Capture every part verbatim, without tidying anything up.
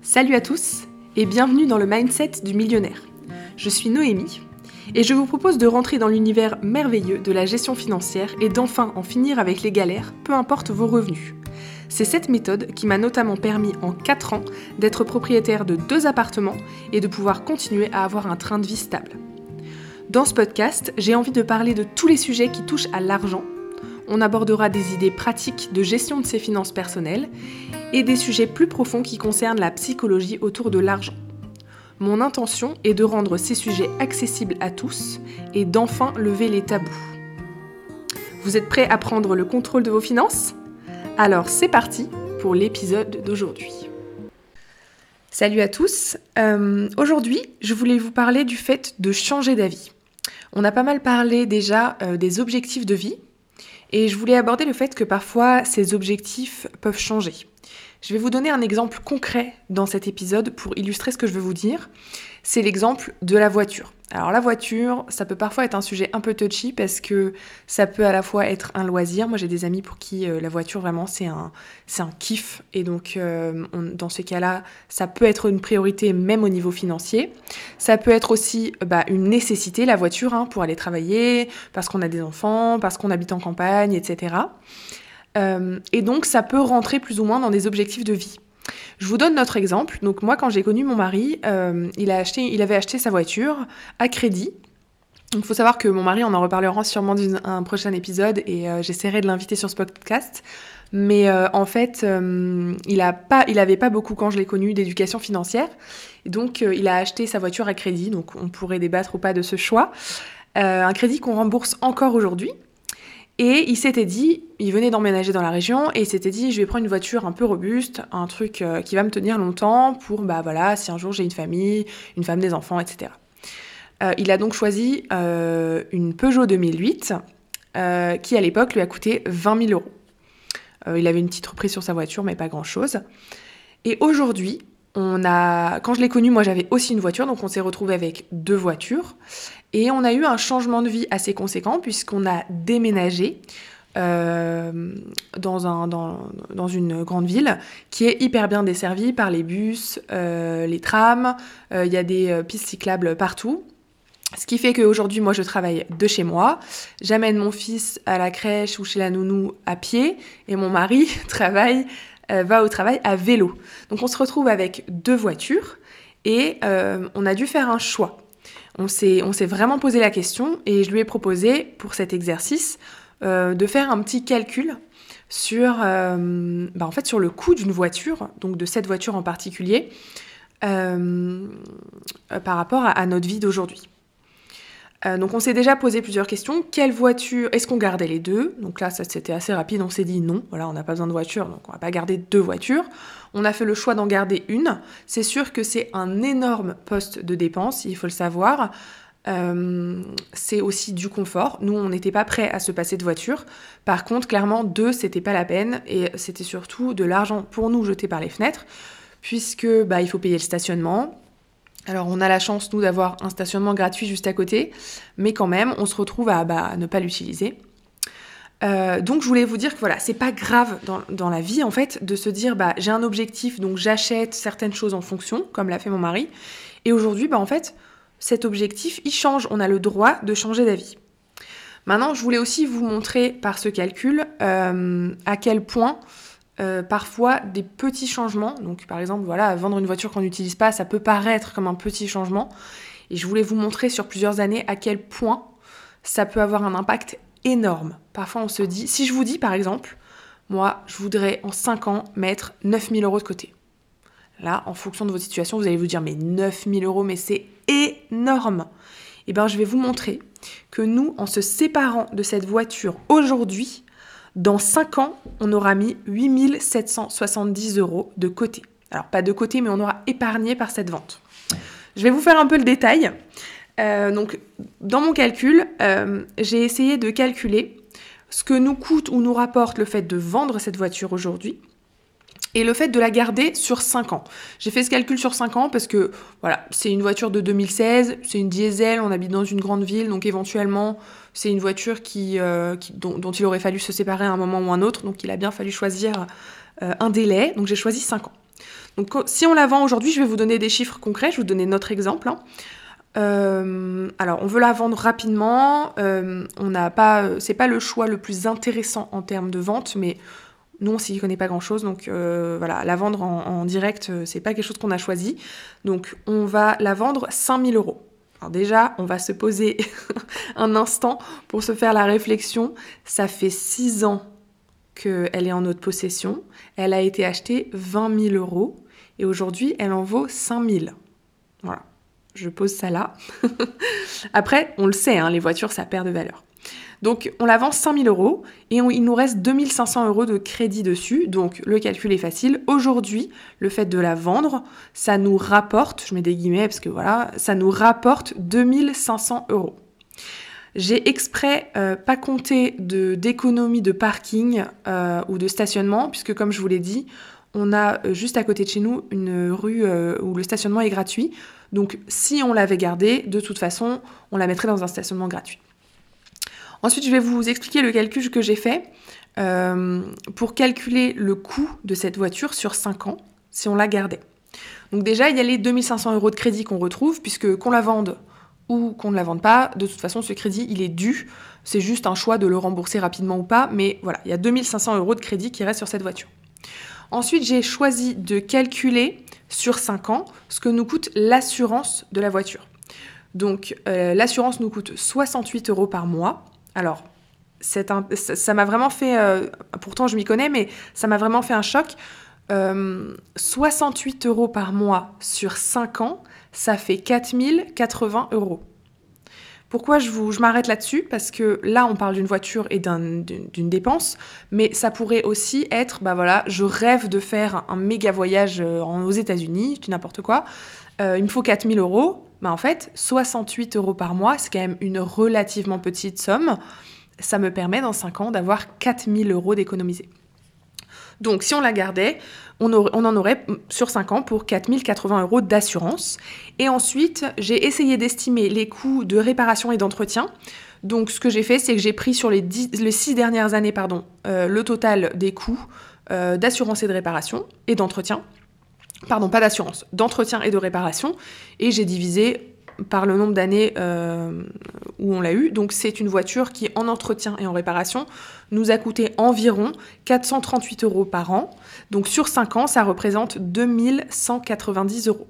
Salut à tous et bienvenue dans le Mindset du millionnaire. Je suis Noémie et je vous propose de rentrer dans l'univers merveilleux de la gestion financière et d'enfin en finir avec les galères, peu importe vos revenus. C'est cette méthode qui m'a notamment permis en quatre ans d'être propriétaire de deux appartements et de pouvoir continuer à avoir un train de vie stable. Dans ce podcast, j'ai envie de parler de tous les sujets qui touchent à l'argent. On abordera des idées pratiques de gestion de ses finances personnelles et des sujets plus profonds qui concernent la psychologie autour de l'argent. Mon intention est de rendre ces sujets accessibles à tous et d'enfin lever les tabous. Vous êtes prêts à prendre le contrôle de vos finances ? Alors c'est parti pour l'épisode d'aujourd'hui. Salut à tous, euh, aujourd'hui je voulais vous parler du fait de changer d'avis. On a pas mal parlé déjà euh, des objectifs de vie et je voulais aborder le fait que parfois ces objectifs peuvent changer. Je vais vous donner un exemple concret dans cet épisode pour illustrer ce que je veux vous dire. C'est l'exemple de la voiture. Alors la voiture, ça peut parfois être un sujet un peu touchy parce que ça peut à la fois être un loisir. Moi j'ai des amis pour qui euh, la voiture vraiment c'est un, c'est un kiff. Et donc euh, on, dans ce cas-là, ça peut être une priorité même au niveau financier. Ça peut être aussi bah, une nécessité la voiture hein, pour aller travailler, parce qu'on a des enfants, parce qu'on habite en campagne, et cetera. Euh, et donc ça peut rentrer plus ou moins dans des objectifs de vie. Je vous donne notre exemple. Donc moi quand j'ai connu mon mari, euh, il, a acheté, il avait acheté sa voiture à crédit. Il faut savoir que mon mari, on en reparlera sûrement dans un prochain épisode et euh, j'essaierai de l'inviter sur ce podcast. Mais euh, en fait, euh, il a pas, il avait pas beaucoup quand je l'ai connu d'éducation financière. Et donc euh, il a acheté sa voiture à crédit. Donc on pourrait débattre ou pas de ce choix. Euh, un crédit qu'on rembourse encore aujourd'hui. Et il s'était dit, il venait d'emménager dans la région, et il s'était dit, je vais prendre une voiture un peu robuste, un truc euh, qui va me tenir longtemps pour, bah voilà, si un jour j'ai une famille, une femme, des enfants, et cetera. Euh, il a donc choisi euh, une Peugeot deux mille huit, euh, qui à l'époque lui a coûté vingt mille euros. Euh, il avait une petite reprise sur sa voiture, mais pas grand-chose. Et aujourd'hui, on a, quand je l'ai connu, moi j'avais aussi une voiture, donc on s'est retrouvés avec deux voitures. Et on a eu un changement de vie assez conséquent puisqu'on a déménagé euh, dans, un, dans, dans une grande ville qui est hyper bien desservie par les bus, euh, les trams, il euh, y a des euh, pistes cyclables partout. Ce qui fait qu'aujourd'hui, moi, je travaille de chez moi. J'amène mon fils à la crèche ou chez la nounou à pied et mon mari travaille, euh, va au travail à vélo. Donc on se retrouve avec deux voitures et euh, on a dû faire un choix. On s'est, on s'est vraiment posé la question et je lui ai proposé pour cet exercice euh, de faire un petit calcul sur, euh, bah en fait, sur le coût d'une voiture, donc de cette voiture en particulier, euh, euh, par rapport à, à notre vie d'aujourd'hui. Euh, donc on s'est déjà posé plusieurs questions. Quelle voiture ? Est-ce qu'on gardait les deux ? Donc là, ça c'était assez rapide. On s'est dit non, voilà, on n'a pas besoin de voiture, donc on va pas garder deux voitures. On a fait le choix d'en garder une. C'est sûr que c'est un énorme poste de dépense, il faut le savoir. Euh, c'est aussi du confort. Nous, on n'était pas prêts à se passer de voiture. Par contre, clairement, deux, c'était pas la peine. Et c'était surtout de l'argent pour nous jeté par les fenêtres, puisque bah, il faut payer le stationnement. Alors on a la chance, nous, d'avoir un stationnement gratuit juste à côté, mais quand même, on se retrouve à bah, ne pas l'utiliser. Euh, donc je voulais vous dire que voilà, c'est pas grave dans, dans la vie, en fait, de se dire, bah, j'ai un objectif, donc j'achète certaines choses en fonction, comme l'a fait mon mari, et aujourd'hui, bah, en fait, cet objectif, il change, on a le droit de changer d'avis. Maintenant, je voulais aussi vous montrer par ce calcul euh, à quel point Euh, parfois des petits changements, donc par exemple voilà, vendre une voiture qu'on n'utilise pas, ça peut paraître comme un petit changement, et je voulais vous montrer sur plusieurs années à quel point ça peut avoir un impact énorme. Parfois on se dit, si je vous dis par exemple, moi je voudrais en cinq ans mettre neuf mille euros de côté. Là, en fonction de votre situation, vous allez vous dire mais neuf mille euros, mais c'est énorme. Et bien je vais vous montrer que nous, en se séparant de cette voiture aujourd'hui, dans cinq ans, on aura mis huit mille sept cent soixante-dix euros de côté. Alors, pas de côté, mais on aura épargné par cette vente. Je vais vous faire un peu le détail. Euh, donc, dans mon calcul, euh, j'ai essayé de calculer ce que nous coûte ou nous rapporte le fait de vendre cette voiture aujourd'hui et le fait de la garder sur cinq ans. J'ai fait ce calcul sur cinq ans parce que, voilà, c'est une voiture de deux mille seize, c'est une diesel, on habite dans une grande ville, donc éventuellement, c'est une voiture qui, euh, qui, dont, dont il aurait fallu se séparer à un moment ou un autre, donc il a bien fallu choisir euh, un délai, donc j'ai choisi cinq ans. Donc si on la vend aujourd'hui, je vais vous donner des chiffres concrets, je vais vous donner notre exemple. Hein. Euh, alors on veut la vendre rapidement, euh, on n'a pas, c'est pas le choix le plus intéressant en termes de vente, mais nous on s'y connaît pas grand chose, donc euh, voilà, la vendre en, en direct, c'est pas quelque chose qu'on a choisi. Donc on va la vendre cinq mille euros. Alors déjà, on va se poser un instant pour se faire la réflexion. Ça fait six ans qu'elle est en notre possession. Elle a été achetée vingt mille euros et aujourd'hui, elle en vaut cinq mille. Voilà, je pose ça là. Après, on le sait, hein, les voitures, ça perd de valeur. Donc, on la vend cinq mille euros et on, il nous reste deux mille cinq cents euros de crédit dessus. Donc, le calcul est facile. Aujourd'hui, le fait de la vendre, ça nous rapporte, je mets des guillemets parce que voilà, ça nous rapporte deux mille cinq cents euros. J'ai exprès euh, pas compté de, d'économie de parking euh, ou de stationnement, puisque comme je vous l'ai dit, on a euh, juste à côté de chez nous une rue euh, où le stationnement est gratuit. Donc, si on l'avait gardée, de toute façon, on la mettrait dans un stationnement gratuit. Ensuite, je vais vous expliquer le calcul que j'ai fait euh, pour calculer le coût de cette voiture sur cinq ans, si on la gardait. Donc déjà, il y a les deux mille cinq cents euros de crédit qu'on retrouve, puisque qu'on la vende ou qu'on ne la vende pas, de toute façon, ce crédit, il est dû. C'est juste un choix de le rembourser rapidement ou pas, mais voilà, il y a deux mille cinq cents euros de crédit qui reste sur cette voiture. Ensuite, j'ai choisi de calculer sur cinq ans ce que nous coûte l'assurance de la voiture. Donc, euh, l'assurance nous coûte soixante-huit euros par mois. Alors, c'est un, ça, ça m'a vraiment fait... Euh, pourtant, je m'y connais, mais ça m'a vraiment fait un choc. Euh, soixante-huit euros par mois sur cinq ans, ça fait quatre mille quatre-vingts euros. Pourquoi je, vous, je m'arrête là-dessus ? Parce que là, on parle d'une voiture et d'un, d'une, d'une dépense, mais ça pourrait aussi être, bah voilà, je rêve de faire un méga voyage aux États-Unis, je dis n'importe quoi, euh, il me faut quatre mille euros. Bah en fait, soixante-huit euros par mois, c'est quand même une relativement petite somme. Ça me permet dans cinq ans d'avoir quatre mille euros d'économiser. Donc, si on la gardait, on, aurait, on en aurait sur cinq ans pour quatre mille quatre-vingts euros d'assurance. Et ensuite, j'ai essayé d'estimer les coûts de réparation et d'entretien. Donc, ce que j'ai fait, c'est que j'ai pris sur les, dix, les six dernières années pardon, euh, le total des coûts euh, d'assurance et de réparation et d'entretien. Pardon, pas d'assurance, d'entretien et de réparation. Et j'ai divisé par le nombre d'années euh, où on l'a eu. Donc, c'est une voiture qui, en entretien et en réparation, nous a coûté environ quatre cent trente-huit euros par an. Donc, sur cinq ans, ça représente deux mille cent quatre-vingt-dix euros.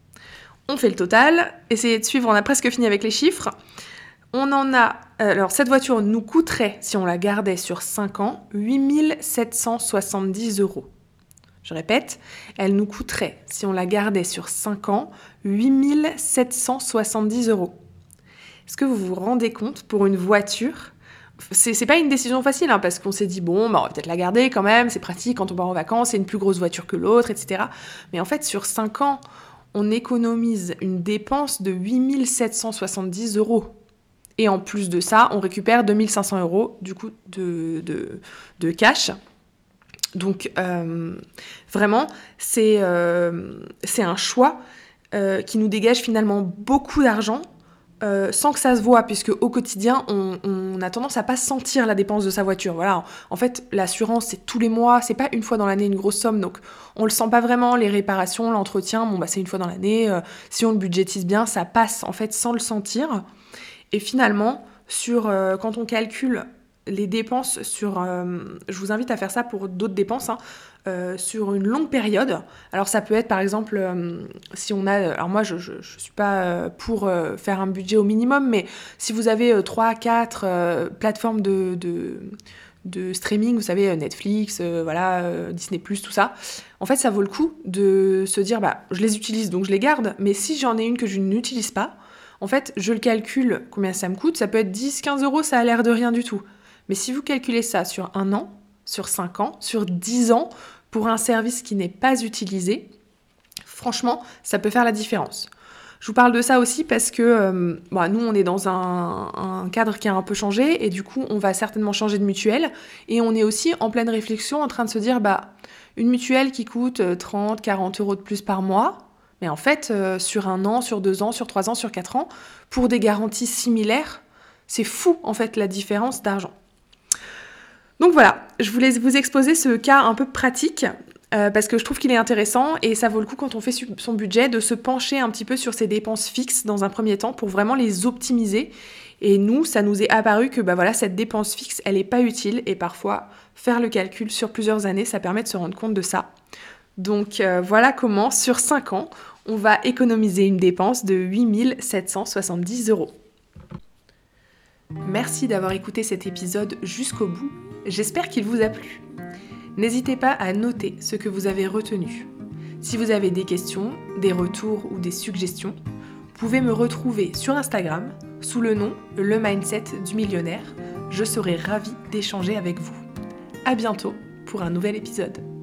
On fait le total. Essayez de suivre, on a presque fini avec les chiffres. On en a... Alors, cette voiture nous coûterait, si on la gardait sur cinq ans, huit mille sept cent soixante-dix euros. Je répète, elle nous coûterait, si on la gardait sur cinq ans, huit mille sept cent soixante-dix euros. Est-ce que vous vous rendez compte, pour une voiture, c'est, c'est pas une décision facile, hein, parce qu'on s'est dit, bon, bah, on va peut-être la garder quand même, c'est pratique quand on part en vacances, c'est une plus grosse voiture que l'autre, et cetera. Mais en fait, sur cinq ans, on économise une dépense de huit mille sept cent soixante-dix euros. Et en plus de ça, on récupère deux mille cinq cents euros, du coup, de, de, de cash. Donc, euh, vraiment, c'est, euh, c'est un choix euh, qui nous dégage finalement beaucoup d'argent euh, sans que ça se voit, puisque au quotidien, on, on a tendance à pas sentir la dépense de sa voiture. Voilà. En fait, l'assurance, c'est tous les mois, c'est pas une fois dans l'année une grosse somme, donc on le sent pas vraiment. Les réparations, l'entretien, bon, bah, c'est une fois dans l'année. Euh, si on le budgétise bien, ça passe en fait sans le sentir. Et finalement, sur, euh, quand on calcule les dépenses sur... Euh, je vous invite à faire ça pour d'autres dépenses, hein, euh, sur une longue période. Alors ça peut être par exemple, euh, si on a... Alors moi, je ne suis pas euh, pour euh, faire un budget au minimum, mais si vous avez euh, trois quatre euh, plateformes de, de, de streaming, vous savez, Netflix, euh, voilà, euh, Disney plus, tout ça, en fait, ça vaut le coup de se dire, bah, je les utilise, donc je les garde, mais si j'en ai une que je n'utilise pas, en fait, je le calcule combien ça me coûte, ça peut être dix quinze euros, ça a l'air de rien du tout. Mais si vous calculez ça sur un an, sur cinq ans, sur dix ans, pour un service qui n'est pas utilisé, franchement, ça peut faire la différence. Je vous parle de ça aussi parce que euh, bah, nous, on est dans un, un cadre qui a un peu changé et du coup, on va certainement changer de mutuelle. Et on est aussi en pleine réflexion en train de se dire, bah, une mutuelle qui coûte trente, quarante euros de plus par mois, mais en fait, euh, sur un an, sur deux ans, sur trois ans, sur quatre ans, pour des garanties similaires, c'est fou en fait la différence d'argent. Donc voilà, je voulais vous exposer ce cas un peu pratique. euh, parce que je trouve qu'il est intéressant et ça vaut le coup quand on fait son budget de se pencher un petit peu sur ses dépenses fixes dans un premier temps pour vraiment les optimiser. Et nous, ça nous est apparu que bah voilà, cette dépense fixe, elle n'est pas utile et parfois faire le calcul sur plusieurs années, ça permet de se rendre compte de ça. Donc euh, voilà comment, sur cinq ans, on va économiser une dépense de huit mille sept cent soixante-dix euros. Merci d'avoir écouté cet épisode jusqu'au bout, j'espère qu'il vous a plu. N'hésitez pas à noter ce que vous avez retenu. Si vous avez des questions, des retours ou des suggestions, vous pouvez me retrouver sur Instagram sous le nom Le Mindset du Millionnaire. Je serai ravie d'échanger avec vous. À bientôt pour un nouvel épisode.